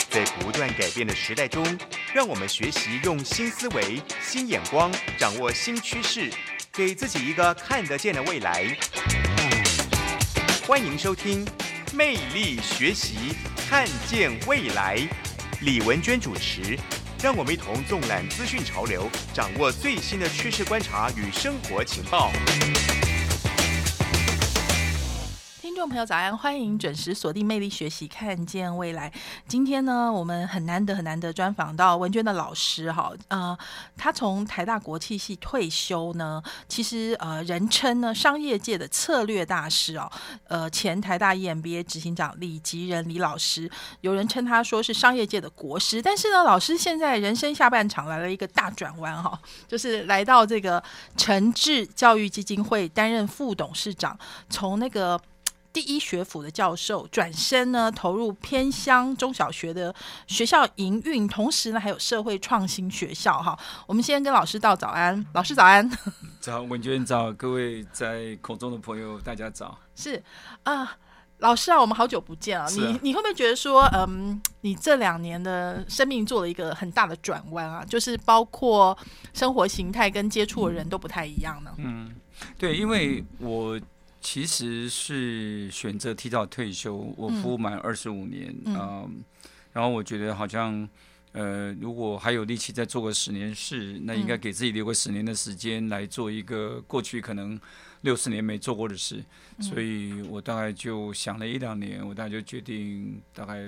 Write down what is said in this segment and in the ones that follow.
在不断改变的时代中，让我们学习用新思维、新眼光，掌握新趋势，给自己一个看得见的未来。欢迎收听《魅力学习，看见未来》，李文娟主持。让我们一同纵览资讯潮流，掌握最新的趋势观察与生活情报。 听众朋友早安，欢迎准时锁定魅力学习，看见未来。今天呢，我们很难得专访到文娟的老师哈，他从台大国际系退休呢，其实人称呢商业界的策略大师哦，前台大 EMBA 执行长李吉仁李老师，有人称他说是商业界的国师，但是呢，老师现在人生下半场来了一个大转弯哈，就是来到这个诚志教育基金会担任副董事长，从那个第一学府的教授转身呢，投入偏乡中小学的学校营运，同时呢还有社会创新学校哈。我们先跟老师道早安，老师早安。 早，文娟早，各位在空中的朋友大家早。 是老师啊，我们好久不见啊，你会不会觉得说，你这2年的生命做了一个很大的转弯啊？就是包括生活形态跟接触的人都不太一样呢？ 对，因为我其实是选择提早退休，我服务满25年，然后我觉得好像，如果还有力气再做个10年事，那应该给自己留个10年的时间来做一个过去可能60年没做过的事，所以我大概就想了1-2年，我大概就决定，大概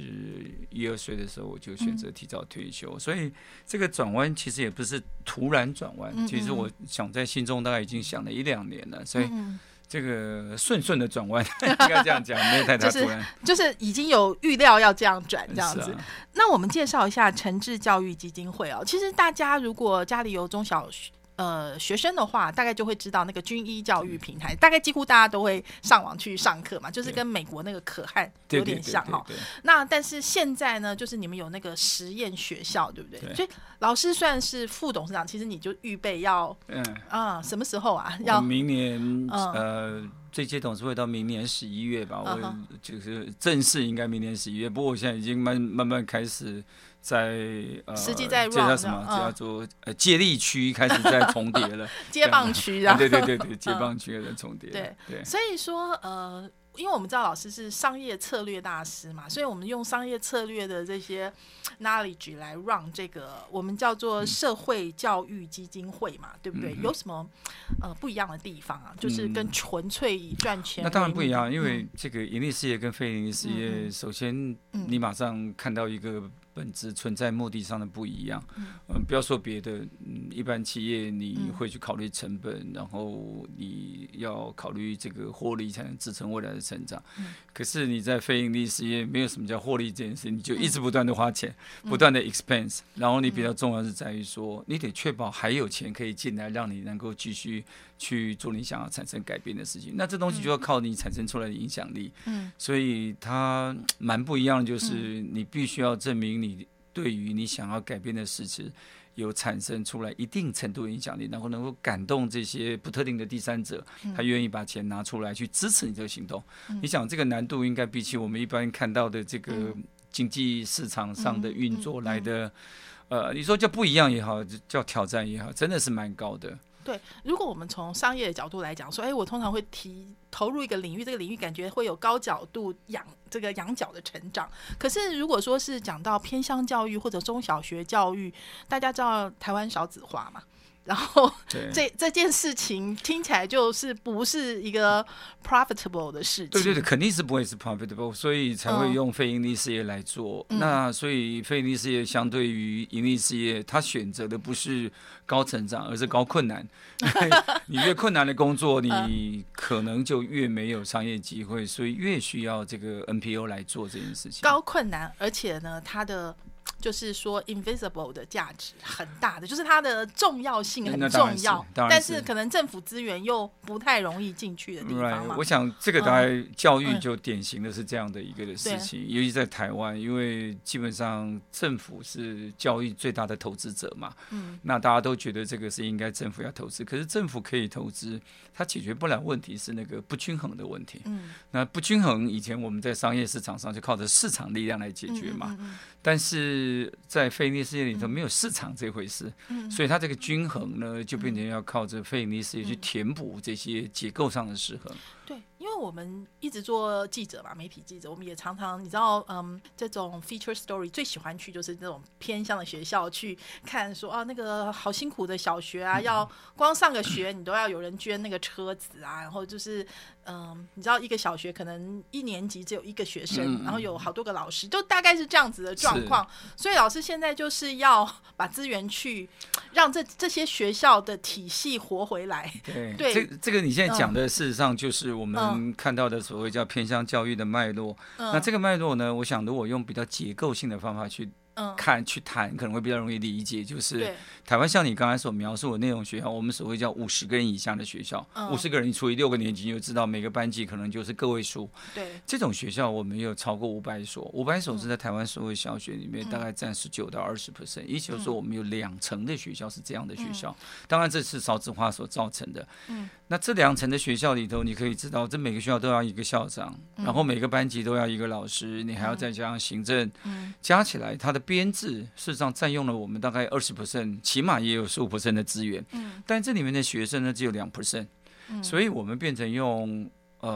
61-62岁的时候，我就选择提早退休。所以这个转弯其实也不是突然转弯，其实我想在心中大概已经想了1-2年了，所以这个顺的转弯，应该这样讲，没有太大突然， 就是已经有预料要这样转这样子。那我们介绍一下诚志教育基金会哦。其实大家如果家里有中小学生的话，大概就会知道那个军医教育平台，大概几乎大家都会上网去上课嘛，就是跟美国那个可汗有点像哈。那但是现在呢，就是你们有那个实验学校，对不对？所以老师虽然是副董事长，其实你就预备要什么时候啊？要明年这届董事会到明年11月吧，我就是正式应该明年11月，不过我现在已经慢慢开始在实际在 run 这叫什么？叫做接力区开始在重叠了， 接棒区啊， 对，接棒区在重叠。 对，所以说因为我们知道老师是商业策略大师嘛，所以我们用商业策略的这些 knowledge 来 run 这个我们叫做社会教育基金会嘛，对不对？有什么不一样的地方啊？就是跟纯粹以赚钱， 那当然不一样，因为这个盈利事业跟非盈利事业，首先你马上看到一个本质存在目的上的不一样。不要说别的，一般企业你会去考虑成本，然后你要考虑这个获利才能支撑未来的成长。可是你在非盈利事业没有什么叫获利这件事，你就一直不断的花钱，不断的 expense， 然后你比较重要是在于说，你得确保还有钱可以进来，让你能够继续去做你想要产生改变的事情。那这东西就要靠你产生出来的影响力。所以它蛮不一样的，就是你必须要证明你对于你想要改变的事情有产生出来一定程度的影响力，然后能够感动这些不特定的第三者，他愿意把钱拿出来去支持你这个行动。你想这个难度应该比起我们一般看到的这个经济市场上的运作来的，你说叫不一样也好，叫挑战也好，真的是蛮高的。 对，如果我们从商业的角度来讲说，我通常会投入一个领域，这个领域感觉会有高角度这个仰角的成长。可是如果说是讲到偏乡教育或者中小学教育，大家知道台湾少子化嘛，然后这件事情听起来就是不是一个 profitable 的事情。 对，肯定是不会是 profitable， 所以才会用非盈利事业来做。那所以非盈利事业相对于盈利事业，它选择的不是高成长，而是高困难。你越困难的工作，你可能就越没有商业机会，所以越需要这个 NPO 来做这件事情。 高困难，而且呢，它的就是说 invisible 的价值很大的，就是它的重要性很重要，但是可能政府资源又不太容易进去的地方嘛。 我想这个大概教育就典型的是这样的一个事情，尤其在台湾，因为基本上政府是教育最大的投资者嘛，那大家都觉得这个是应该政府要投资，可是政府可以投资，它解决不了问题是那个不均衡的问题。那不均衡以前我们在商业市场上就靠着市场力量来解决嘛，但是在非营利事业里头没有市场这回事，所以它这个均衡呢就变成要靠着非营利事业去填补这些结构上的失衡。 对，因为我们一直做记者嘛，媒体记者，我们也常常你知道，这种 feature story 最喜欢去就是这种偏乡的学校去看说，啊，那个好辛苦的小学啊，要光上个学你都要有人捐那个车子啊，然后就是你知道一个小学可能1年级只有1个学生，然后有好多个老师，就大概是这样子的状况。所以老师现在就是要把资源去让这些学校的体系活回来。 对，这个你现在讲的事实上就是我们看到的所谓叫偏乡教育的脉络。那这个脉络呢，我想如果用比较结构性的方法去去谈可能会比较容易理解，就是台湾像你刚才所描述的那种学校，我们所谓叫50个人以下的学校，50个人除以6个年级，你就知道每个班级可能就是个位数。 对， 这种学校我们有超过500所，500所是在台湾所有小学里面大概占19到20%，也就是说我们有2成的学校是这样的学校。当然这是少子化所造成的。那这2成的学校里头，你可以知道，这每个学校都要一个校长，然后每个班级都要1个老师，你还要再加上行政，加起来它的编制事实上占用了我们大概20%，起码也有15% 的资源。但这里面的学生呢只有2%，所以我们变成用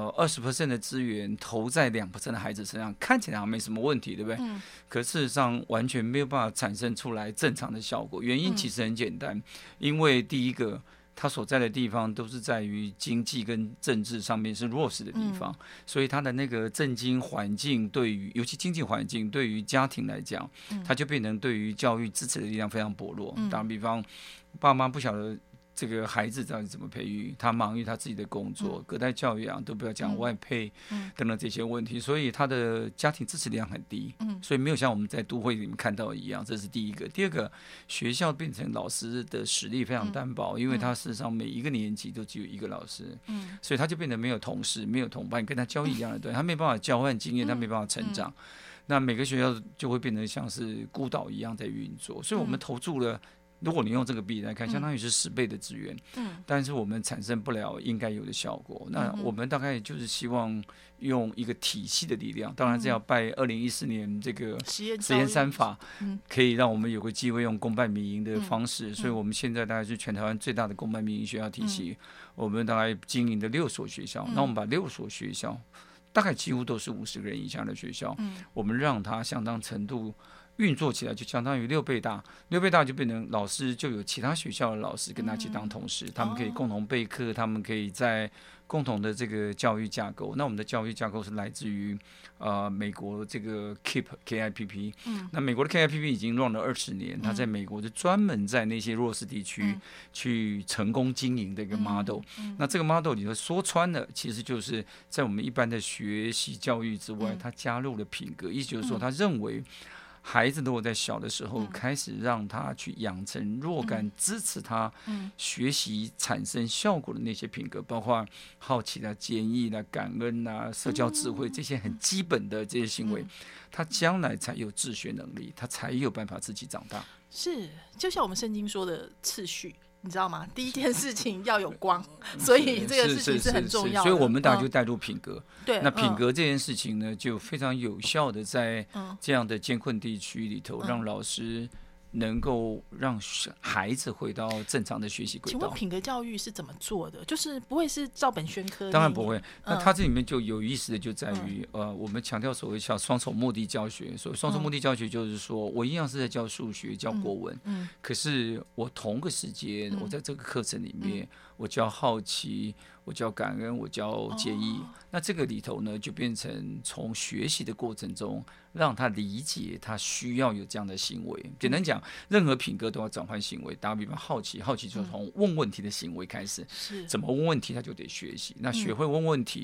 20% 的资源投在2% 的孩子身上，看起来好像没什么问题，对不对？可事实上完全没有办法产生出来正常的效果。原因其实很简单，因为第一个，他所在的地方都是在于经济跟政治上面是弱势的地方，所以他的那个政经环境对于，尤其经济环境对于家庭来讲，他就变成对于教育支持的力量非常薄弱。打比方，爸妈不晓得这个孩子到底怎么培育，他忙于他自己的工作，隔代教养都不要讲外配等等这些问题，所以他的家庭支持力量很低，所以没有像我们在都会里面看到的一样。这是第一个。第二个，学校变成老师的实力非常单薄，因为他事实上每一个年级都只有1个老师，所以他就变得没有同事，没有同伴跟他交易一样的，对，他没办法交换经验，他没办法成长。那每个学校就会变得像是孤岛一样在运作，所以我们投注了，如果你用这个比例来看，相当于是10倍的资源，但是我们产生不了应该有的效果。那我们大概就是希望用一个体系的力量，当然这要拜2014年这个实验3法，可以让我们有个机会用公办民营的方式，所以我们现在大概是全台湾最大的公办民营学校体系，我们大概经营的6所学校，那我们把6所学校大概几乎都是50个人以下的学校，我们让它相当程度运作起来就相当于6倍大，6倍大就变成老师就有其他学校的老师跟他一起当同事，他们可以共同备课，他们可以在共同的这个教育架构。那我们的教育架构是来自于美国这个 KIPP，那美国的 KIPP 已经 run 了20年，他在美国就专门在那些弱势地区去成功经营的一个 model。那这个 model 里头说穿了，其实就是在我们一般的学习教育之外，他加入了品格，意思就是说他认为孩子如果在小的时候开始让他去养成若干支持他学习产生效果的那些品格，包括好奇啦、坚毅啦、感恩啦、社交智慧这些很基本的这些行为，他将来才有自学能力，他才有办法自己长大。 是，就像我们圣经说的次序，你知道吗？第一件事情要有光，所以这个事情是很重要的。 所以我们大家就带入品格。 对， 那品格这件事情呢，就非常有效的在这样的艰困地区里头，让老师能够让孩子回到正常的学习轨道。 请问品格教育是怎么做的？就是不会是照本宣科？ 当然不会。那它这里面就有意思的就在于，我们强调所谓叫双重目的教学。所谓双重目的教学，就是说我一样是在教数学、教国文，可是我同个时间，我在这个课程里面，我教好奇，我教感恩，我教介意。那这个里头呢，就变成从学习的过程中，让他理解他需要有这样的行为。简单讲，任何品格都要转换行为。打比方，好奇就从问问题的行为开始，怎么问问题他就得学习。那学会问问题，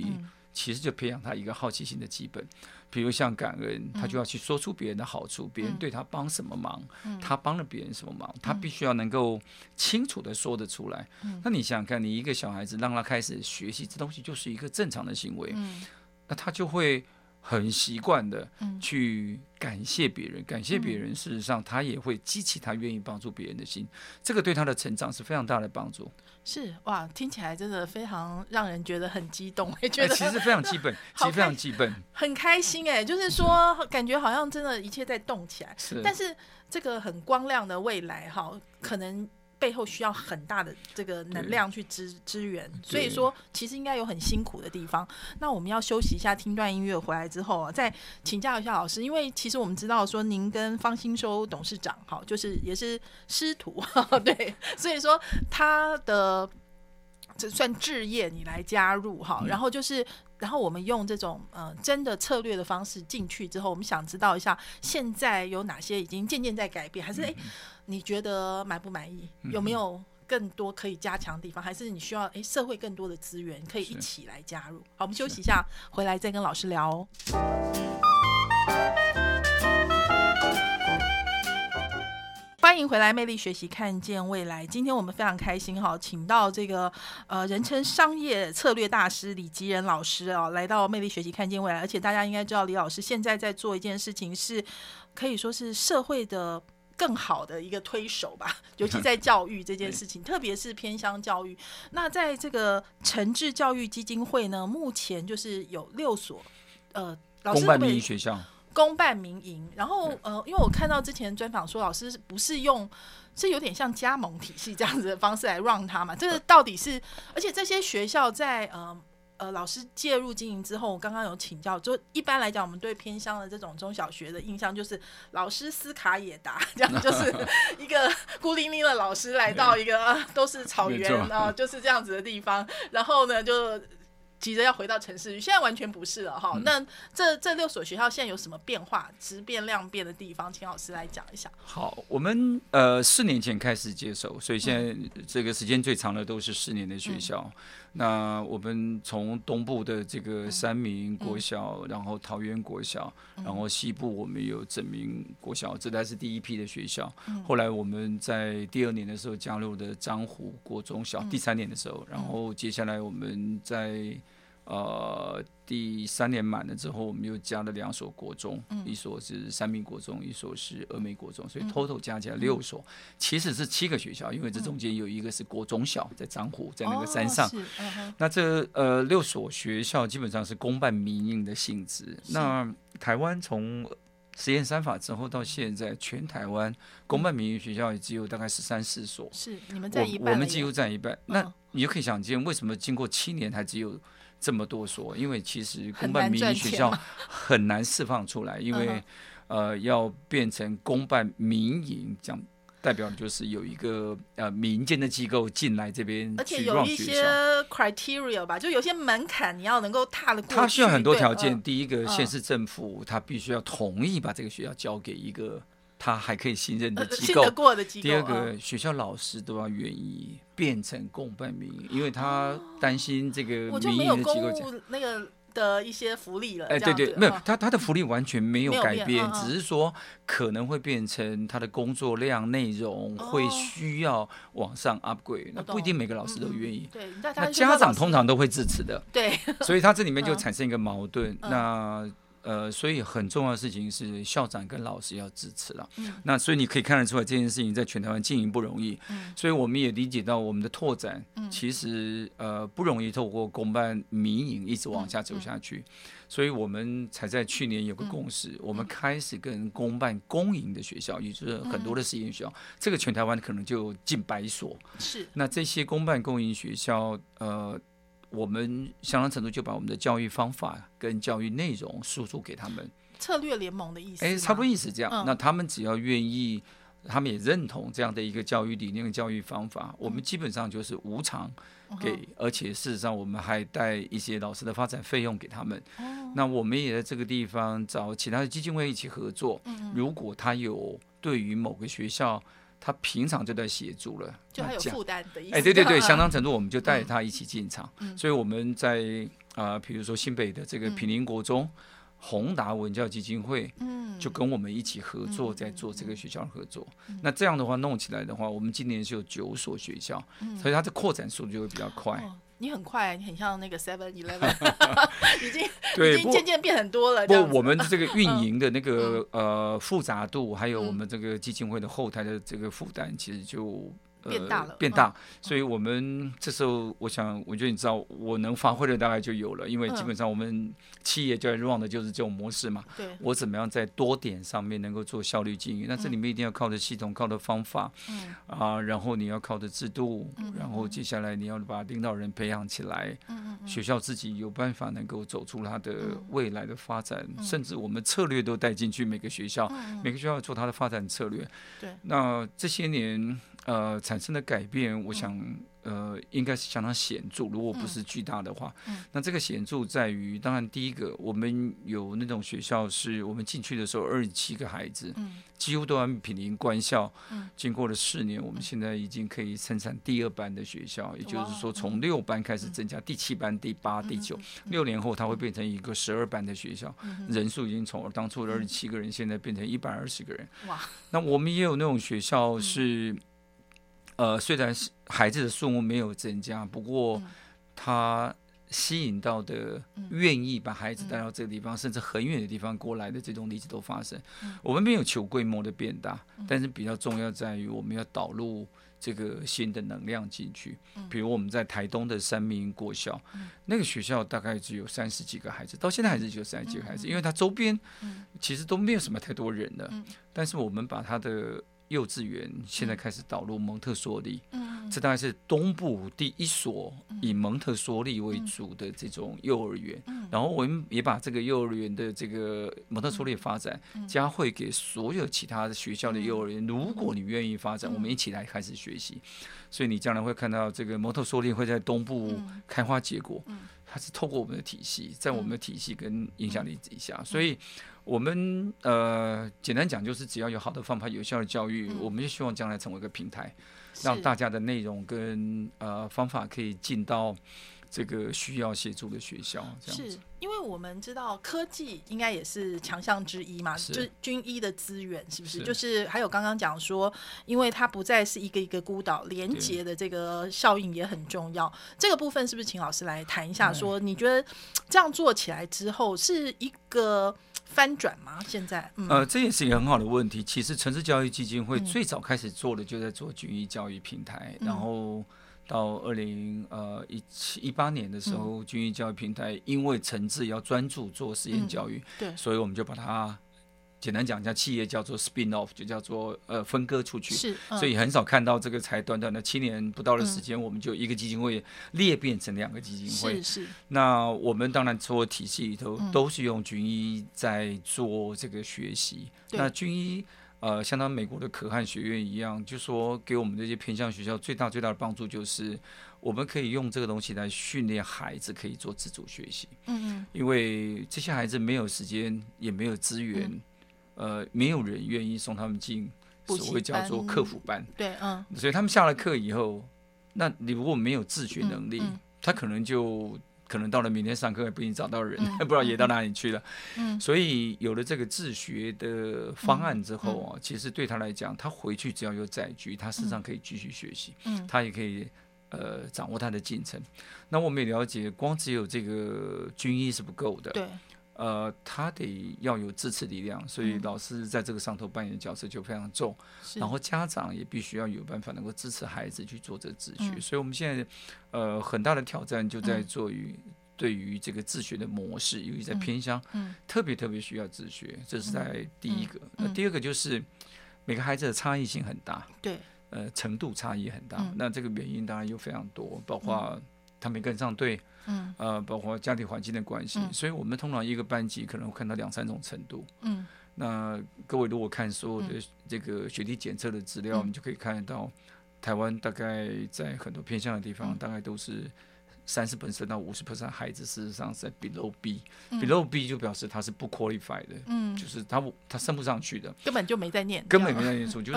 其实就培养他一个好奇心的基本。比如像感恩，他就要去说出别人的好处，别人对他帮什么忙，他帮了别人什么忙，他必须要能够清楚的说得出来。那你想想看，你一个小孩子让他开始学习这东西，就是一个正常的行为，那他就会很习惯的去感谢别人，感谢别人，事实上他也会激起他愿意帮助别人的心，这个对他的成长是非常大的帮助。 是哇，听起来真的非常让人觉得很激动，觉得其实非常基本，其实非常基本， 很开心就是说感觉好像真的一切在动起来，但是这个很光亮的未来可能背后需要很大的这个能量去支援，所以说其实应该有很辛苦的地方。那我们要休息一下，听段音乐，回来之后再请教一下老师，因为其实我们知道说您跟方兴收董事长就是也是师徒对，所以说他的这算志业你来加入然后我们用这种真的策略的方式进去之后，我们想知道一下现在有哪些已经渐渐在改变，还是你觉得满不满意？有没有更多可以加强的地方？还是你需要社会更多的资源可以一起来加入？好，我们休息一下，回来再跟老师聊哦。欢迎回来，魅力学习，看见未来。今天我们非常开心请到这个人称商业策略大师李吉仁老师来到魅力学习，看见未来。而且大家应该知道，李老师现在在做一件事情，是可以说是社会的更好的一个推手吧，尤其在教育这件事情，特别是偏乡教育。那在这个诚志教育基金会呢，目前就是有6所公办民营学校。 公办民营，然后因为我看到之前专访说，老师不是是有点像加盟体系这样子的方式来 run 它嘛？这个到底是，而且这些学校在老师介入经营之后，我刚刚有请教，就一般来讲，我们对偏乡的这种中小学的印象就是老师斯卡也达，这样就是一个孤零零的老师来到一个都是草原就是这样子的地方，然后呢就急着要回到城市，现在完全不是了那这6所学校现在有什么变化，质变量变的地方，请老师来讲一下。 好，我们4年前开始接手，所以现在这个时间最长的都是4年的学校。那我们从东部的这个三民国小，然后桃园国小，然后西部我们有正明国小，这才是第一批的学校。后来我们在第2年的时候加入的彰湖国中小，第3年的时候，然后接下来我们在第3年满了之后，我们又加了2所国中，一所是三民国中，一所是峨眉国中，所以 total 加起来6所，其实是7个学校，因为这中间有一个是国中小，在彰湖，在那个山上。那这6所学校基本上是公办民营的性质。那台湾从实验3法之后到现在，全台湾公办民营学校也只有大概13、14所， 是你们占一半， 我们几乎占一半。那你就可以想见，为什么经过7年还只有这么多所？因为其实公办民营学校很难释放出来，因为要变成公办民营，讲代表就是有一个民间的机构进来这边去 run 学校，而且有一些 criteria 吧，就有些门槛你要能够踏得过去。 它需要很多条件。第一个，县市政府它必须要同意把这个学校交给一个他还可以信任的机构， 信得过的机构。 第二个，学校老师都要愿意变成公办民营，因为他担心这个民营的机构我就没有公务那个的一些福利了。 对对，没有，他的福利完全没有改变，只是说可能会变成他的工作量内容会需要往上 upgrade，那不一定每个老师都愿意。 对， 那家长通常都会支持的。 对， 所以他这里面就产生一个矛盾。那所以很重要的事情是校长跟老师要支持了。那所以你可以看得出来，这件事情在全台湾经营不容易。所以我们也理解到我们的拓展，其实不容易透过公办民营一直往下走下去。所以我们才在去年有个共识，我们开始跟公办公营的学校，也就是很多的实验学校，这个全台湾可能就近100所。 是。那这些公办公营学校，我们相当程度就把我们的教育方法跟教育内容输出给他们， 策略联盟的意思， 差不多意思这样。那他们只要愿意，他们也认同这样的一个教育理念跟教育方法，我们基本上就是无偿给，而且事实上我们还带一些老师的发展费用给他们。那我们也在这个地方找其他的基金会一起合作。如果他有对于某个学校，他平常就在协助了， 就还有负担的意思。 对对对，相当程度我们就带着他一起进场。所以我们在比如说新北的这个平林国中。宏达文教基金会，就跟我们一起合作，在做这个学校的合作。那这样的话弄起来的话，我们今年是有9所学校，所以它的扩展速度就会比较快。 你很快，你很像那个 7-Eleven， 已经渐渐变很多了。 不，我们这个运营的那个复杂度，还有我们这个基金会的后台的这个负担，其实就。变大，所以我们这时候，我觉得你知道，我能发挥的大概就有了，因为基本上我们企业就在 run 的就是这种模式嘛。 对， 我怎么样在多点上面能够做效率经营？那这里面一定要靠的系统，靠的方法，然后你要靠的制度，然后接下来你要把领导人培养起来，学校自己有办法能够走出它的未来的发展，甚至我们策略都带进去每个学校，每个学校做它的发展策略。 对， 那这些年。产生的改变，我想应该是相当显著，如果不是巨大的话。那这个显著在于，当然第一个，我们有那种学校是我们进去的时候27个孩子，几乎都要毗邻官校。经过了4年，我们现在已经可以生产第2班的学校，也就是说从6班开始增加，第7班、第8、第9，6年后它会变成一个12班的学校，人数已经从当初的27个人，现在变成120个人。 哇！ 那我们也有那种学校是。虽然孩子的数目没有增加，不过他吸引到的愿意把孩子带到这个地方，甚至很远的地方过来的这种例子都发生。我们没有求规模的变大，但是比较重要在于我们要导入这个新的能量进去。比如我们在台东的三民国小，那个学校大概只有30几个孩子，到现在还是只有30几个孩子，因为它周边其实都没有什么太多人了。但是我们把它的幼稚园现在开始导入蒙特梭利，这大概是东部第1所以蒙特梭利为主的这种幼儿园。然后我们也把这个幼儿园的这个蒙特梭利发展加惠给所有其他的学校的幼儿园。如果你愿意发展，我们一起来开始学习。所以你将来会看到这个蒙特梭利会在东部开花结果。它是透过我们的体系，在我们的体系跟影响力之下，所以我们简单讲就是只要有好的方法、有效的教育，我们就希望将来成为一个平台，让大家的内容跟方法可以进到这个需要协助的学校，这样子。 是因为我们知道科技应该也是强项之一嘛，就是军医的资源是不是？就是还有刚刚讲说，因为它不再是一个一个孤岛，连结的这个效应也很重要。这个部分是不是请老师来谈一下说，你觉得这样做起来之后是一个翻转吗？现在这也是一个很好的问题。其实城市教育基金会最早开始做的就在做军医教育平台，然后到2018年的时候，军医教育平台因为诚志要专注做实验教育， 对， 所以我们就把它简单讲一下，企业叫做 spin off， 就叫做分割出去。 是， 所以很少看到这个才短短的7年不到的时间，我们就一个基金会裂变成2个基金会。 是。 那我们当然所有体系里头都是用军医在做这个学习。那军医相当美国的可汗学院一样，就说给我们这些偏向学校最大的帮助就是，我们可以用这个东西来训练孩子可以做自主学习。因为这些孩子没有时间，也没有资源，没有人愿意送他们进所谓叫做课辅班。 对， 所以他们下了课以后，那你如果没有自学能力，他可能到了明天上课也不一定找到人，不知道也到哪里去了。所以有了这个自学的方案之后其实对他来讲，他回去只要有载具，他事实上可以继续学习，他也可以掌握他的进程。那我们也了解，光只有这个军医是不够的。 对。 他得要有支持力量，所以老师在这个上头扮演的角色就非常重。然后家长也必须要有办法能够支持孩子去做这自学。所以我们现在很大的挑战就在做于对于这个自学的模式，尤其在偏乡，特别需要自学。这是在第一个。第二个就是每个孩子的差异性很大， 对， 程度差异很大。那这个原因当然有非常多，包括他没跟上队。包括家庭环境的关系，所以我们通常一个班级可能会看到2-3种程度。那各位如果看所有的这个学历检测的资料，你就可以看得到，台湾大概在很多偏向的地方，大概都是30% 到50% 孩子事实上是在 below B，below B 就表示他是不 qualified 的，就是他升不上去的， 根本就没在念， 根本没在念书，就是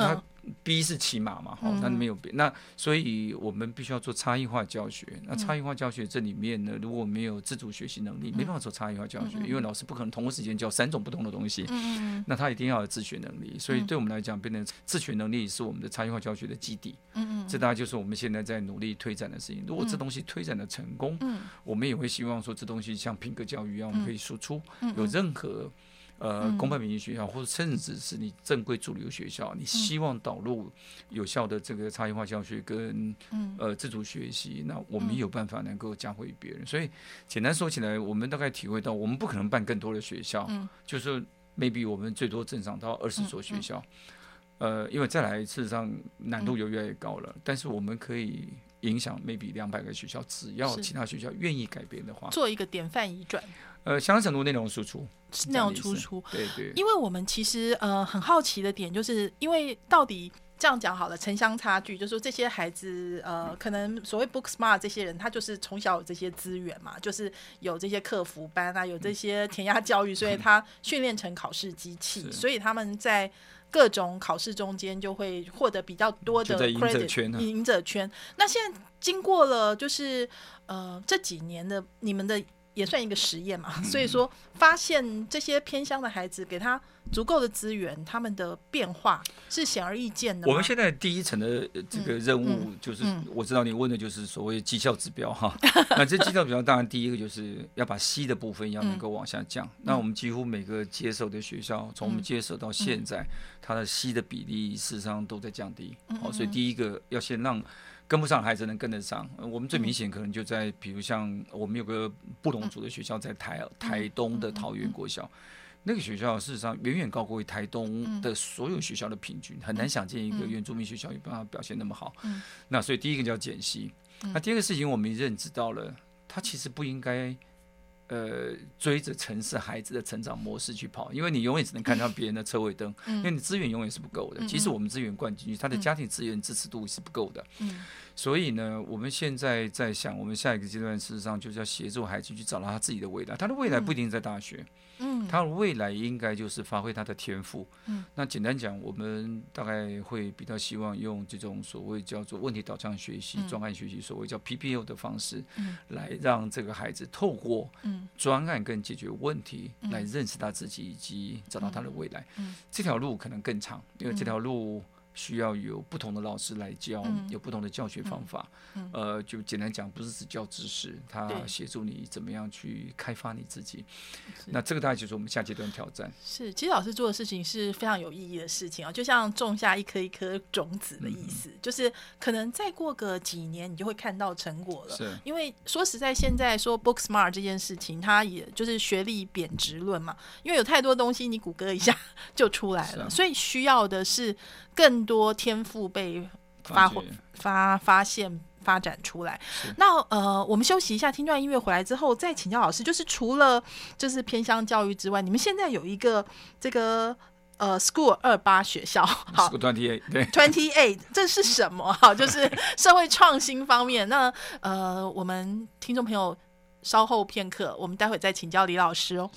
B 是骑马嘛，那没有 B， 那所以我们必须要做差异化教学。那差异化教学这里面呢，如果没有自主学习能力，没办法做差异化教学，因为老师不可能同一时间教3种不同的东西，那他一定要有自学能力。所以对我们来讲，变成自学能力是我们的差异化教学的基底。这大概就是我们现在在努力推展的事情。如果这东西推展的成功，我们也会希望说，这东西像品格教育一样，我们可以输出，有任何公办民营学校，或者甚至是你正规主流学校，你希望导入有效的这个差异化教学跟自主学习，那我们有办法能够教会别人。所以简单说起来，我们大概体会到，我们不可能办更多的学校，就是 maybe 我们最多增长到20所学校。因为再来事实上难度又越来越高了，但是我们可以影响 maybe 200个学校，只要其他学校愿意改变的话， 做一个典范移转。 相当程度内容输出， 内容输出， 对对。 因为我们其实很好奇的点，就是因为到底这样讲好了，城乡差距，就是说这些孩子可能所谓 book smart 这些人，他就是从小有这些资源嘛，就是有这些客服班啊，有这些填鸭教育，所以他训练成考试机器，所以他们在各种考试中间就会获得比较多的 credit， 赢者圈。那现在经过了就是这几年的你们的也算一个实验嘛，所以说发现这些偏乡的孩子给他足够的资源，他们的变化是显而易见的吗？ 我们现在第一层的这个任务就是，我知道你问的就是所谓绩效指标哈。那这绩效指标当然第一个就是要把 C 的部分要能够往下降。那我们几乎每个接手的学校，从我们接手到现在，它的 C 的比例事实上都在降低。所以第一个要先让跟不上的孩子能跟得上。我们最明显可能就在比如像我们有个布农族的学校在台东的桃园国小。那个学校事实上远远高过于台东的所有学校的平均，很难想见一个原住民学校有办法表现那么好。那所以第一个叫减息，那第二个事情我们认知到了，他其实不应该追着城市孩子的成长模式去跑，因为你永远只能看到别人的车尾灯，因为你资源永远是不够的。即使我们资源灌进去，他的家庭资源支持度是不够的。所以呢，我们现在在想，我们下一个阶段事实上就是要协助孩子去找到他自己的未来。他的未来不一定在大学，他的未来应该就是发挥他的天赋。那简单讲，我们大概会比较希望用这种所谓叫做问题导向学习、专案学习，所谓叫 PPL 的方式，来让这个孩子透过专案跟解决问题来认识他自己以及找到他的未来。这条路可能更长，因为这条路需要有不同的老师来教，有不同的教学方法。就简单讲，不是只教知识，他协助你怎么样去开发你自己。那这个大概就是我们下阶段挑战。 是，其实老师做的事情是非常有意义的事情啊，就像种下一颗一颗种子的意思，就是可能再过个几年，你就会看到成果了。 是， 因为说实在，现在说 book smart 这件事情，它也就是学历贬值论嘛，因为有太多东西你谷歌一下就出来了，所以需要的是更多天赋被发现发展出来。那我们休息一下，听段音乐回来之后再请教老师，就是除了就是偏乡教育之外，你们现在有一个这个School 28学校，好 School 28，对 28，这是什么？好，就是社会创新方面。那我们听众朋友稍后片刻，我们待会再请教李老师哦。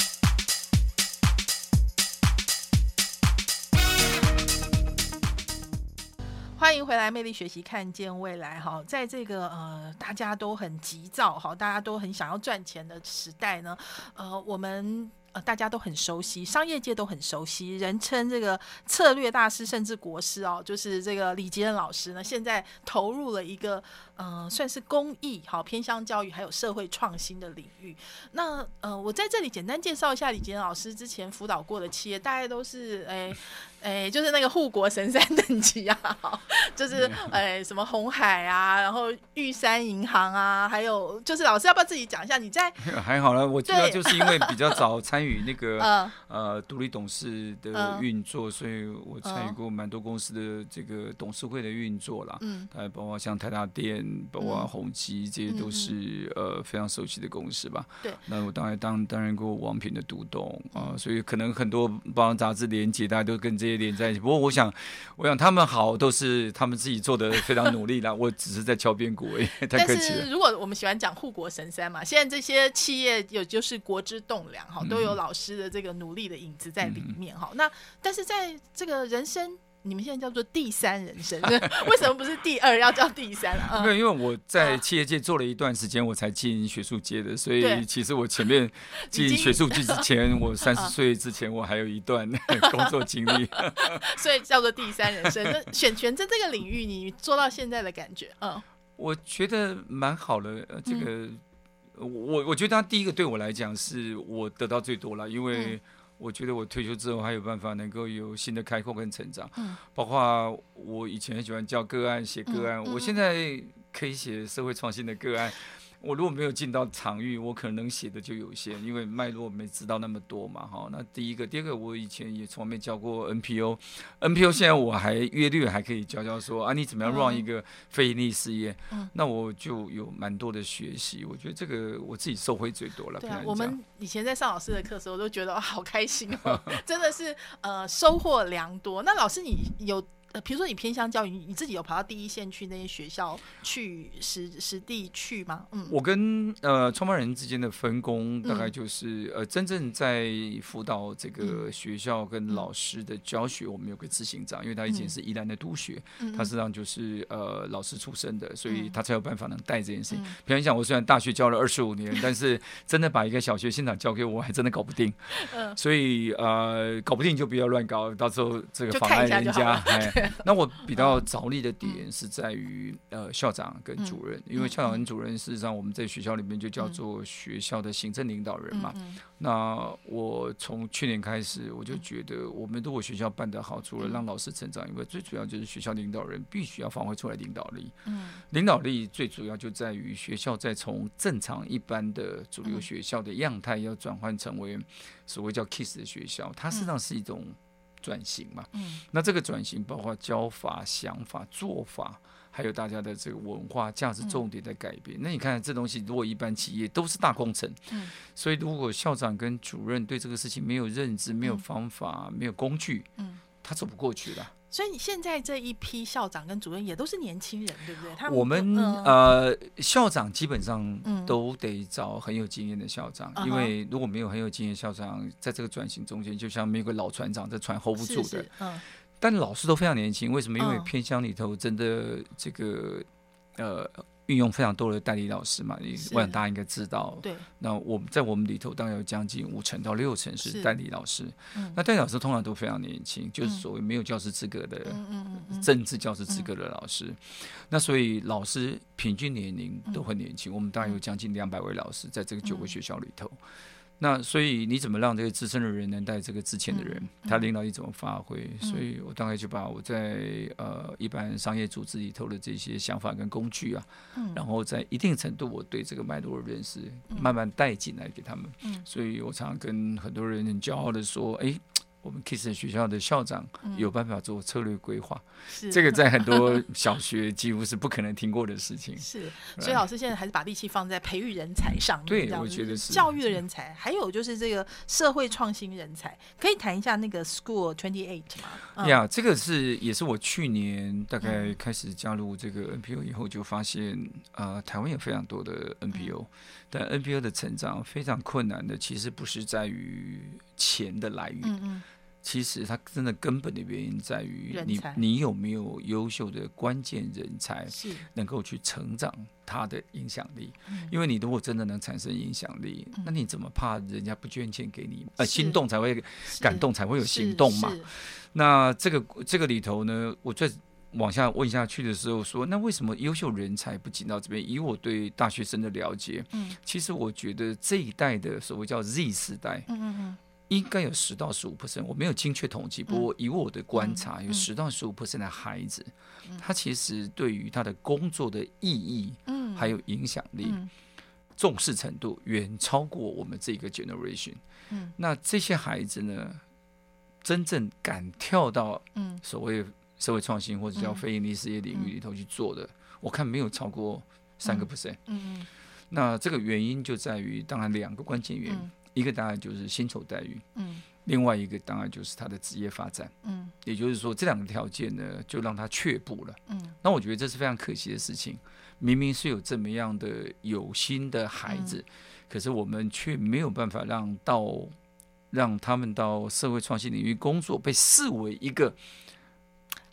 欢迎回来，魅力学习，看见未来。哈，在这个大家都很急躁，哈，大家都很想要赚钱的时代呢，我们大家都很熟悉，商业界都很熟悉，人称这个策略大师甚至国师哦，就是这个李吉恩老师呢，现在投入了一个算是公益、好偏乡教育还有社会创新的领域。那我在这里简单介绍一下李吉恩老师之前辅导过的企业，大概都是就是那个护国神山等级啊，就是什么鸿海啊，然后玉山银行啊，还有就是老师要不要自己讲一下你在？ 还好了，我主要就是因为比较早参与那个独立董事的运作，所以我参与过蛮多公司的这个董事会的运作啦。包括像台达电，包括宏基，这些都是非常熟悉的公司吧。 对。 那我当然担任过王品的独董所以可能很多包括杂志连结，大家都跟这些连在一起。不过我想他们好，都是他们自己做的非常努力啦。我只是在敲边鼓而已，太客气了。 但是如果我们喜欢讲护国神山嘛，现在这些企业有就是国之栋梁，都有老师的这个努力的影子在里面。那但是在这个人生你们现在叫做第三人生，为什么不是第二，要叫第三啊？ 因为我在企业界做了一段时间，我才进学术界的，所以其实我前面进学术界之前，我30岁之前，我还有一段工作经历， 所以叫做第三人生。那选择这个领域，你做到现在的感觉， 我觉得蛮好的。这个，我觉得他第一个对我来讲是我得到最多了，因为我觉得我退休之后还有办法能够有新的开阔跟成长，包括我以前很喜欢教个案、写个案，我现在可以写社会创新的个案。我如果没有进到场域，我可能写的就有限，因为脉络没知道那么多嘛。那第一个，第二个，我以前也从来没教过 NPO 现在我还约略还可以教说你怎么样 run 一个非营利事业，那我就有蛮多的学习。我觉得这个我自己受惠最多了。 对啊，我们以前在上老师的课的时候，都觉得好开心哦，真的是收获良多。那老师你有？比如说你偏向教育，你自己有跑到第一线去那些学校去实地去吗？ 我跟创办人之间的分工大概就是真正在辅导这个学校跟老师的教学，我们有个执行长，因为他以前是宜兰的督学，他实际上就是老师出身的，所以他才有办法能带这件事情。比方讲，我虽然大学教了25年，但是真的把一个小学现场交给我，还真的搞不定。所以搞不定就不要乱搞，到时候这个妨碍人家。那我比较着力的点是在于校长跟主任，因为校长跟主任事实上我们在学校里面就叫做学校的行政领导人嘛。那我从去年开始，我就觉得我们如果学校办得好，除了让老师成长以外，最主要就是学校领导人必须要发挥出来领导力。领导力最主要就在于学校在从正常一般的主流学校的样态，要转换成为所谓叫 KISS 的学校，它实际上是一种转型嘛。那这个转型包括教法、想法、做法，还有大家的这个文化价值重点在改变。那你看这东西，如果一般企业都是大工程，所以如果校长跟主任对这个事情没有认知、没有方法、没有工具，他走不过去了。 所以你现在这一批校长跟主任也都是年轻人，对不对？ 我们校长基本上都得找很有经验的校长，因为如果没有很有经验的校长，在这个转型中间，就像没有个老船长，这船 hold 不住的。但老师都非常年轻，为什么？因为偏乡里头真的这个运用非常多的代理老师嘛，我想大家应该知道。 对。 那我们在我们里头当然有将近50%到60%是代理老师。那代理老师通常都非常年轻，就是所谓没有教师资格的政治教师资格的老师。那所以老师平均年龄都很年轻，我们当然有将近200位老师在这个9个学校里头。那所以你怎么让这个资深的人能带这个之前的人，他领导力怎么发挥？所以我大概就把我在一般商业组织里头的这些想法跟工具啊，然后在一定程度我对这个脉络的认识，慢慢带进来给他们。所以我常常跟很多人很骄傲的说，我们 KISS 学校的校长有办法做策略规划，这个在很多小学几乎是不可能听过的事情。 是，所以老师现在还是把力气放在培育人才上面。 对，我觉得是教育的人才，还有就是这个社会创新人才。可以谈一下那个 School 28吗？ 这个也是我去年大概开始加入这个 NPO 以后，就发现台湾有非常多的 NPO，但 NPO 的成长非常困难的，其实不是在于钱的来源。其实它真的根本的原因在于你有没有优秀的关键人才，能够去成长他的影响力。因为你如果真的能产生影响力，那你怎么怕人家不捐钱给你？心动才会感动，才会有行动嘛。那这个里头呢，我再往下问下去的时候说，那为什么优秀人才不进到这边？以我对大学生的了解，其实我觉得这一代的所谓叫 Z 世代，应该有10到15%，我没有精确统计，不过以我的观察，有10到15% 的孩子，他其实对于他的工作的意义，还有影响力，重视程度远超过我们这个 generation。那这些孩子呢，真正敢跳到所谓社会创新或者叫非营利事业领域里头去做的，我看没有超过3%。那这个原因就在于，当然2个关键原因。一个当然就是薪酬待遇，另外一个当然就是他的职业发展，也就是说这2个条件呢，就让他却步了，那我觉得这是非常可惜的事情。明明是有这么样的有心的孩子，可是我们却没有办法让他们到社会创新领域工作，被视为一个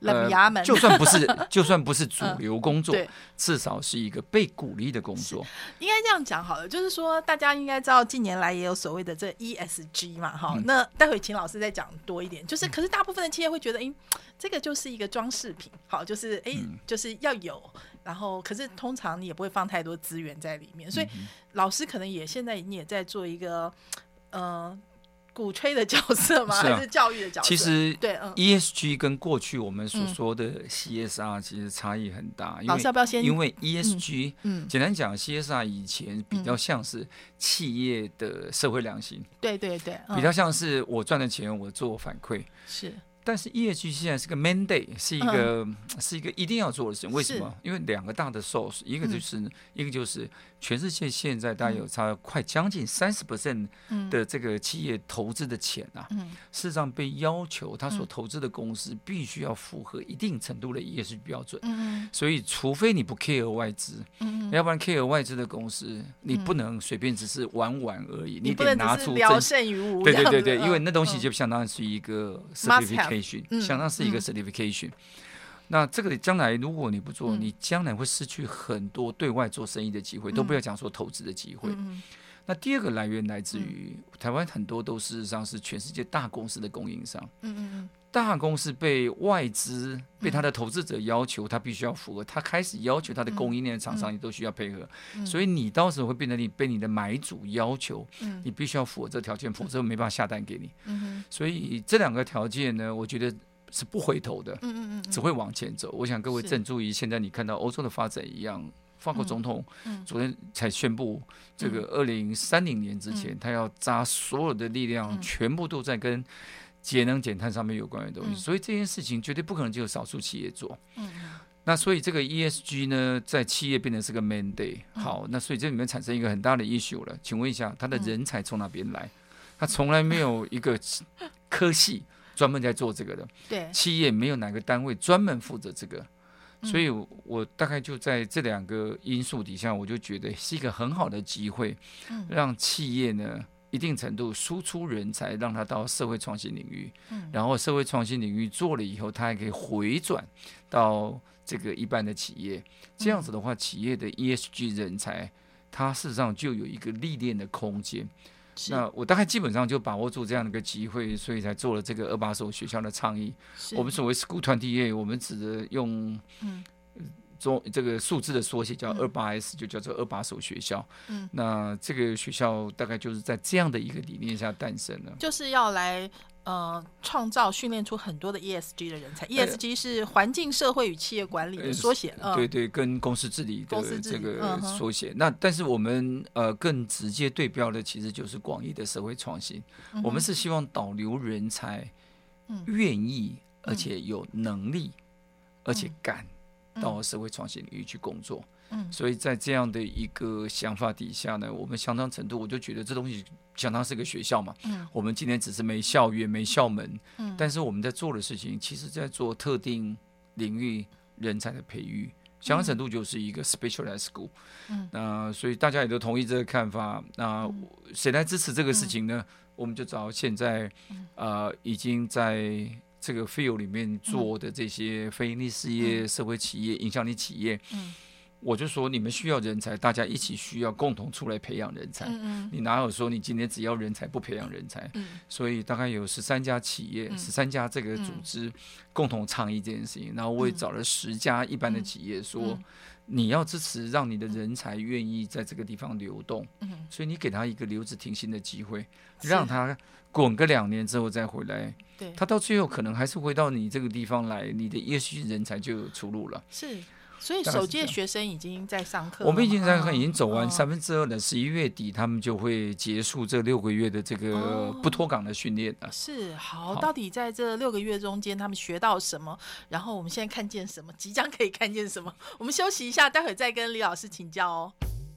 冷衙门， 就算不是主流工作，至少是一个被鼓励的工作。 应该这样讲好了，就是说大家应该知道近年来也有所谓的这 ESG 嘛，那待会请老师再讲多一点。就是可是大部分的企业会觉得，这个就是一个装饰品，好，就是就是要有，然后可是通常你也不会放太多资源在里面，所以老师可能现在你也在做一个鼓吹的角色吗？还是教育的角色？ 其实对 ，ESG 跟过去我们所说的 CSR 其实差异很大。 老师要不要先？ 因为 ESG，简单讲 ，CSR 以前比较像是企业的社会良心， 对， 比较像是我赚的钱我做反馈是。 但是 ESG 现在是个 mandate， 是一个一定要做的事情。为什么？因为两个大的 source， 一个就是全世界现在大概有快将近30% 的这个企业投资的钱啊，事实上被要求他所投资的公司必须要符合一定程度的 ESG 标准。所以除非你不 care 外资，要不然 care 外资的公司，你不能随便只是玩而已，你得拿出聊胜于无。 对，因为那东西就相当于是一个 certification，相当是一个 certification。那这个将来如果你不做，你将来会失去很多对外做生意的机会，都不要讲说投资的机会。那第二个来源来自于台湾很多都事实上是全世界大公司的供应商。大公司被外资被他的投资者要求，他必须要符合，他开始要求他的供应链的厂商也都需要配合，所以你到时候会变成你被你的买主要求，你必须要符合这条件，否则没办法下单给你。所以这两个条件呢，我觉得是不回头的，只会往前走。我想各位正注意，现在你看到欧洲的发展一样，法国总统昨天才宣布，这个2030年之前，他要砸所有的力量，全部都在跟节能减碳上面有关的东西，所以这件事情绝对不可能只有少数企业做。那所以这个 ESG 呢，在企业变成是个 mandate。好，那所以这里面产生一个很大的 issue 了。请问一下，他的人才从哪边来？他从来没有一个科系专门在做这个的， 对， 企业没有哪个单位专门负责这个，所以我大概就在这两个因素底下，我就觉得是一个很好的机会，让企业呢一定程度输出人才，让他到社会创新领域，然后社会创新领域做了以后，他还可以回转到这个一般的企业，这样子的话，企业的 ESG 人才，它事实上就有一个历练的空间。那我大概基本上就把握住这样的一个机会，所以才做了这个28所学校的倡议。我们所谓 School 28，我们指的用这个数字的缩写叫28S，就叫做28所学校。那这个学校大概就是在这样的一个理念下诞生了， 就是要来创造训练出很多的 ESG 的人才。ESG 是环境社会与企业管理的缩写， 对，跟公司治理的这个缩写。那但是我们更直接对标的其实就是广义的社会创新。我们是希望导流人才愿意而且有能力而且敢到社会创新领域去工作。所以在这样的一个想法底下呢，我们相当程度我就觉得这东西相当是个学校嘛。我们今天只是没校园没校门，但是我们在做的事情其实在做特定领域人才的培育，相当程度就是一个 specialized school。所以大家也都同意这个看法。那谁来支持这个事情呢？我们就找现在已经在这个 field 里面做的这些非营利事业、社会企业、影响力企业。我就说你们需要人才，大家一起需要共同出来培养人才。你哪有说你今天只要人才不培养人才？所以大概有13家企业、13家这个组织共同倡议这件事情。然后我也找了10家一般的企业说，你要支持让你的人才愿意在这个地方流动，所以你给他一个留职停薪的机会，让他滚个2年之后再回来。他到最后可能还是回到你这个地方来，你的ESG人才就有出路了。 是。所以首届学生已经在上课了， 我们已经在已经走完2/3了，11月底他们就会结束这6个月的这个不脱岗的训练了。 是好，到底在这6个月中间他们学到什么？然后我们现在看见什么？即将可以看见什么？我们休息一下，待会再跟李老师请教哦。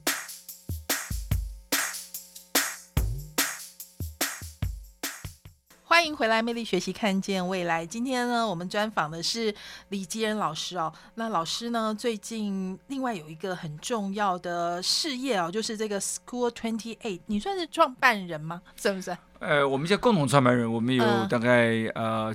欢迎回来，魅力学习，看见未来。今天呢，我们专访的是李吉仁老师哦。那老师呢，最近另外有一个很重要的事业哦，就是这个 School 28，你算是创办人吗？算不算？ 我们叫共同创办人，我们有大概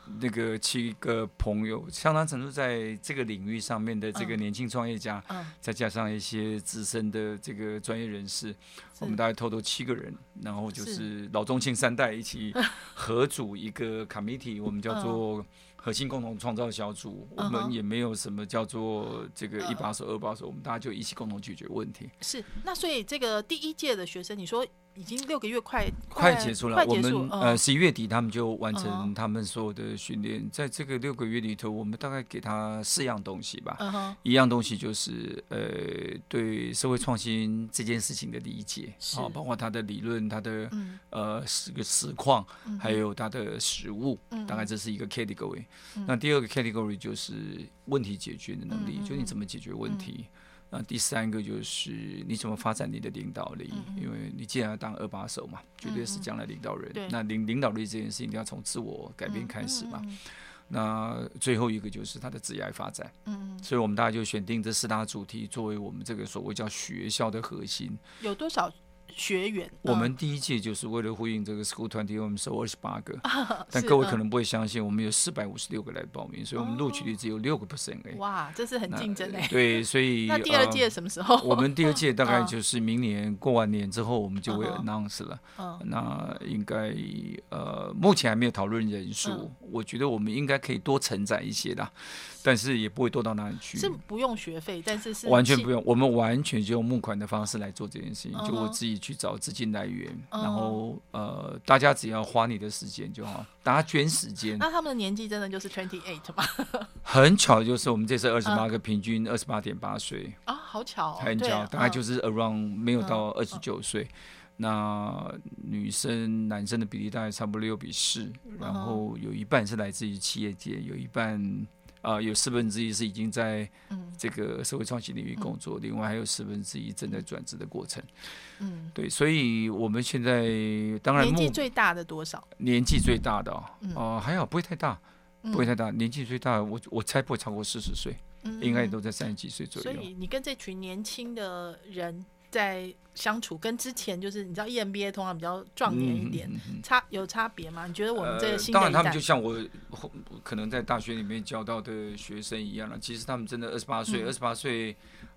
那个7个朋友，相当程度在这个领域上面的这个年轻创业家，再加上一些资深的这个专业人士，我们大概total 7个人，然后就是老中青3代一起合组一个 committee， 我们叫做核心共同创造小组，我们也没有什么叫做这个1把手2把手，我们大家就一起共同解决问题。 是，那所以这个第1届的学生，你说已经6个月快结束了，我们11月底他们就完成他们所有的训练，在这个6个月里头，我们大概给他4样东西吧。一样东西就是对社会创新这件事情的理解，包括他的理论、他的实况，还有他的实务，大概这是一个 category。那第2个 category 就是问题解决的能力，就你怎么解决问题。那第3个就是你怎么发展你的领导力，因为你既然要当2把手嘛，绝对是将来领导人。那领导力这件事情一定要从自我改变开始嘛。那最后一个就是他的职业发展。所以我们大家就选定这4大主题作为我们这个所谓叫学校的核心。 有多少学员？ 我们第1届就是为了呼应这个 School 20，我们收28个，但各位可能不会相信，我们有456个来报名，所以我们录取率只有6%而已。 哇，这是很竞争哎。 对，所以那第2届什么时候？ 我们第2届大概就是明年过完年之后，我们就会 announce 了。那应该目前还没有讨论人数，我觉得我们应该可以多承载一些啦。但是也不会多到哪里去， 是不用学费，但是完全不用，我们完全就用募款的方式来做这件事情，就我自己去找资金来源，然后大家只要花你的时间就好，大家捐时间。 那他们的年纪真的就是28吗？ 很巧，就是我们这次28个，平均28.8岁啊， 好巧， 很巧，大概就是 around 没有到29岁。那女生男生的比例大概差不多6比4，然后有一半是来自于企业界，有一半。有1/4是已经在这个社会创新领域工作，另外还有1/4正在转职的过程。对，所以我们现在当然年纪最大的多少？ 年纪最大的还好，不会太大，不会太大。年纪最大的我猜不会超过40岁，应该也都在30几岁左右。 所以你跟这群年轻的人在相处，跟之前就是你知道 EMBA 通常比较壮年一点，有差别吗？你觉得我们这个新的一代， 当然他们就像我可能在大学里面教到的学生一样了。其实他们真的28岁，28岁，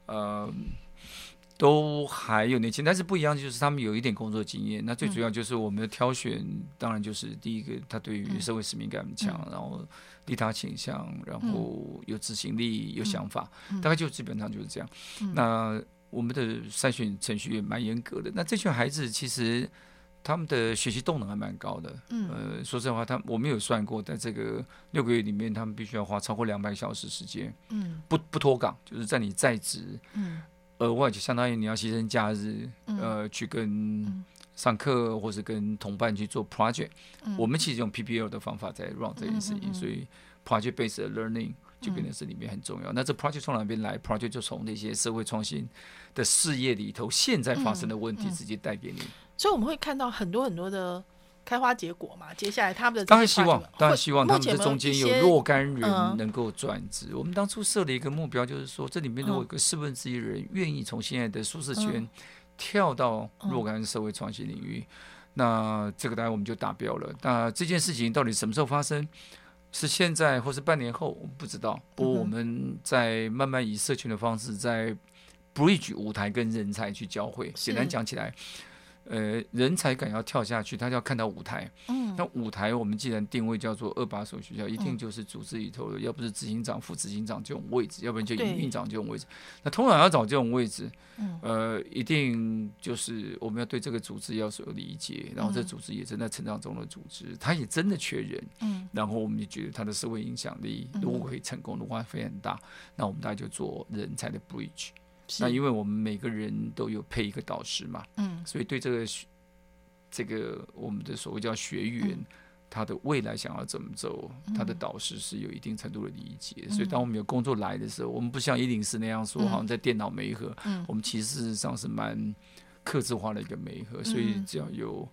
都还有年轻，但是不一样就是他们有一点工作经验。那最主要就是我们的挑选，当然就是第一个，他对于社会使命感很强，然后利他倾向，然后有执行力、有想法，大概就基本上就是这样。那我们的筛选程序也蛮严格的。那这群孩子其实他们的学习动能还蛮高的。说实话，我们有算过，在这个6个月里面，他们必须要花超过200小时时间，不脱岗，就是在你在职，额外就相当于你要牺牲假日，去跟上课或是跟同伴去做 project。我们其实用 PBL 的方法在 run 这件事情，所以 project based learning。就变成是里面很重要。那这 project 从哪边来 ？project 就从那些社会创新的事业里头，现在发生的问题直接带给你。 所以我们会看到很多很多的开花结果嘛。接下来他们的当然希望他们这中间有若干人能够转职。我们当初设了一个目标，就是说这里面如果有个1/4人愿意从现在的舒适圈跳到若干社会创新领域，那这个当然我们就达标了。那这件事情到底什么时候发生？是现在或是半年后，我们不知道。不过我们在慢慢以社群的方式，在 bridge 舞台跟人才去交汇。简单讲起来，人才敢要跳下去，他就要看到舞台。那舞台我们既然定位叫做2把手学校，一定就是组织里头的，要不是执行长、副执行长这种位置，要不然就营运长这种位置。那通常要找这种位置，一定就是我们要对这个组织要有理解，然后这组织也正在成长中的组织，它也真的缺人。然后我们也觉得它的社会影响力如果可以成功的话，非常大。那我们大家就做人才的 bridge。那因为我们每个人都有配一个导师嘛，所以对这个我们的所谓叫学员，他的未来想要怎么走，他的导师是有一定程度的理解。所以当我们有工作来的时候，我们不像104那样说好像在电脑媒合，我们其实事实上是蛮客制化的一个媒合。所以只要有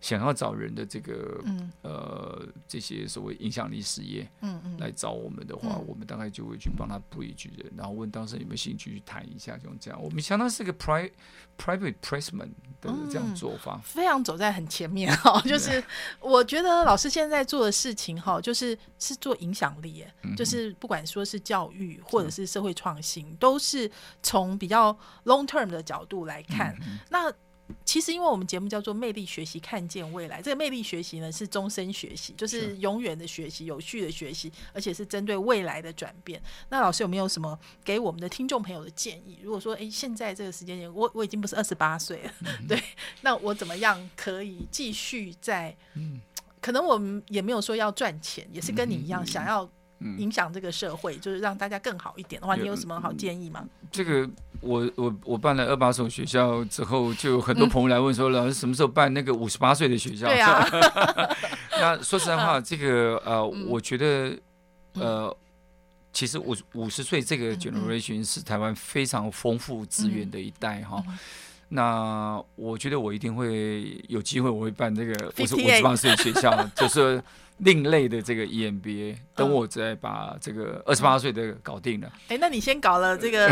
想要找人的这个这些所谓影响力事业来找我们的话，我们大概就会去帮他 bridge 人，然后问当事人有没有兴趣去谈一下，这样我们相当是个 private placement 的这样做法， 非常走在很前面哈。就是我觉得老师现在做的事情哈，是做影响力耶，就是不管说是教育或者是社会创新，都是从比较 long term 的角度来看。那其实因为我们节目叫做魅力学习看见未来，这个魅力学习呢是终身学习，就是永远的学习，有序的学习，而且是针对未来的转变。那老师有没有什么给我们的听众朋友的建议？如果说现在这个时间点我已经不是28岁了，对，那我怎么样可以继续在可能我们也没有说要赚钱，也是跟你一样想要影响这个社会，就是让大家更好一点的话，你有什么好建议吗？ 这个我办了28所学校之后，就有很多朋友来问说，老师什么时候办那个58岁的学校？ 对啊。 那说实在话，这个我觉得其实50岁这个 generation 是台湾非常丰富资源的一代哈。那我觉得我一定会有机会，我会办这个58岁学校，就是另类的这个 EMBA。等我再把这个28岁的搞定了。 那你先搞了这个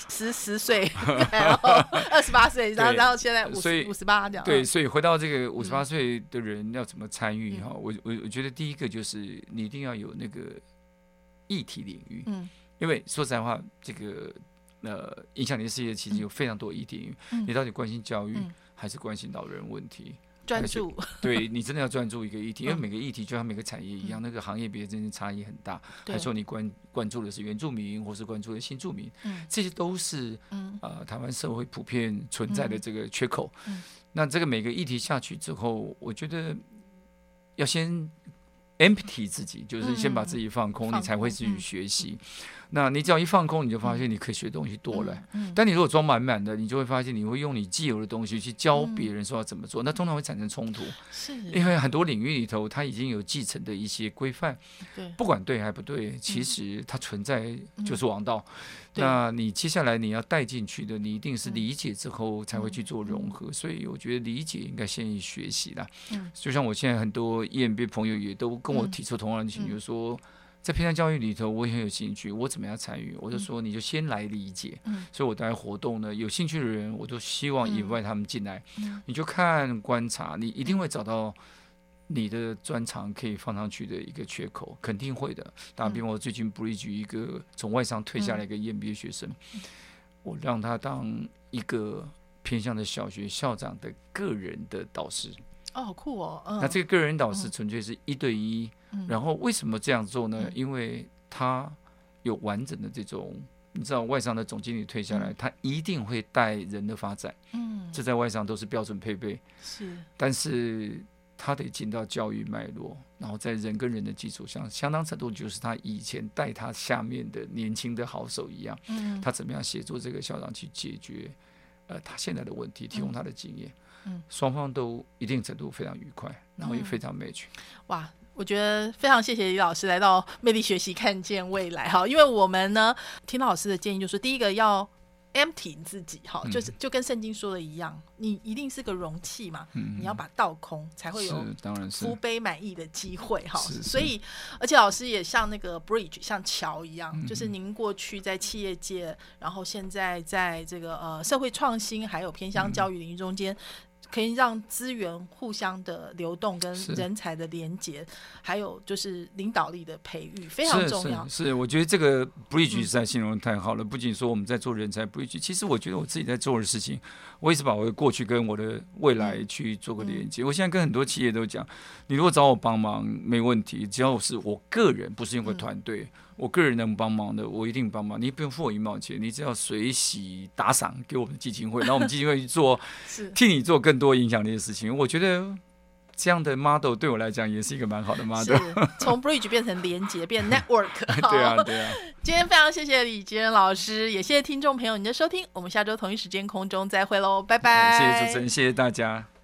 10岁，然后28岁，然后现在58这样。 对，所以回到这个58岁的人要怎么参与哈？我觉得第一个就是你一定要有那个议题领域，因为说实在话，这个。影响你的事业其实有非常多议题，你到底关心教育还是关心老人问题？ 专注， 对，你真的要专注一个议题，因为每个议题就像每个产业一样，那个行业别真的差异很大。还说你关注的是原住民，或是关注的新住民，这些都是台湾社会普遍存在的这个缺口。那这个每个议题下去之后，我觉得要先 empty 自己，就是先把自己放空，你才会去学习。那你只要一放空，你就发现你可以学的东西多了。但你如果装满满的，你就会发现你会用你既有的东西去教别人说要怎么做，那通常会产生冲突。是，因为很多领域里头，它已经有继承的一些规范，不管对还不对，其实它存在就是王道。那你接下来你要带进去的，你一定是理解之后才会去做融合。所以我觉得理解应该先于学习啦。就像我现在很多 EMBA 朋友也都跟我提出同样的请求，说在偏向教育里头，我也很有兴趣，我怎么样参与？我就说你就先来理解。所以我带活动呢，有兴趣的人，我都希望invite他们进来。你就看观察，你一定会找到你的专长可以放上去的一个缺口，肯定会的。打比方，我最近 bridge 一个从外商退下来一个 EMBA 学生，我让他当一个偏向的小学校长的个人的导师。 好酷哦！ 那这个个人导师纯粹是1对1，然后为什么这样做呢？因为他有完整的这种，你知道外商的总经理退下来，他一定会带人的发展，这在外商都是标准配备。是，但是他得进到教育脉络，然后在人跟人的基础上，相当程度就是他以前带他下面的年轻的好手一样，他怎么样协助这个校长去解决他现在的问题，提供他的经验。双方都一定程度非常愉快，然后也非常 match。 哇，我觉得非常谢谢李老师来到魅力学习看见未来哈，因为我们呢听到老师的建议就是第一个要 empty 自己哈，就跟圣经说的一样，你一定是个容器嘛，你要把倒空才会有福杯满溢的机会哈。所以而且老师也像那个 bridge 像桥一样，就是您过去在企业界，然后现在在这个社会创新还有偏乡教育领域中间，可以让资源互相的流动跟人才的连结，还有就是领导力的培育非常重要。 是我觉得这个 bridge 实在形容得太好了，不仅说我们在做人才 bridge， 其实我觉得我自己在做的事情，我一直把我的过去跟我的未来去做个连接。我现在跟很多企业都讲，你如果找我帮忙没问题，只要是我个人，不是用个团队，我个人能帮忙的，我一定帮忙。你不用付我1毛钱，你只要随喜打赏给我们基金会，然后我们基金会去做替你做更多影响力的事情。我觉得这样的 model 对我来讲也是一个蛮好的 model。 从 bridge 变成连结，变 network 。 对啊，对啊。 今天非常谢谢李吉仁老师，也谢谢听众朋友您的收听，我们下周同一时间空中再会喽，拜拜。 谢谢主持人，谢谢大家。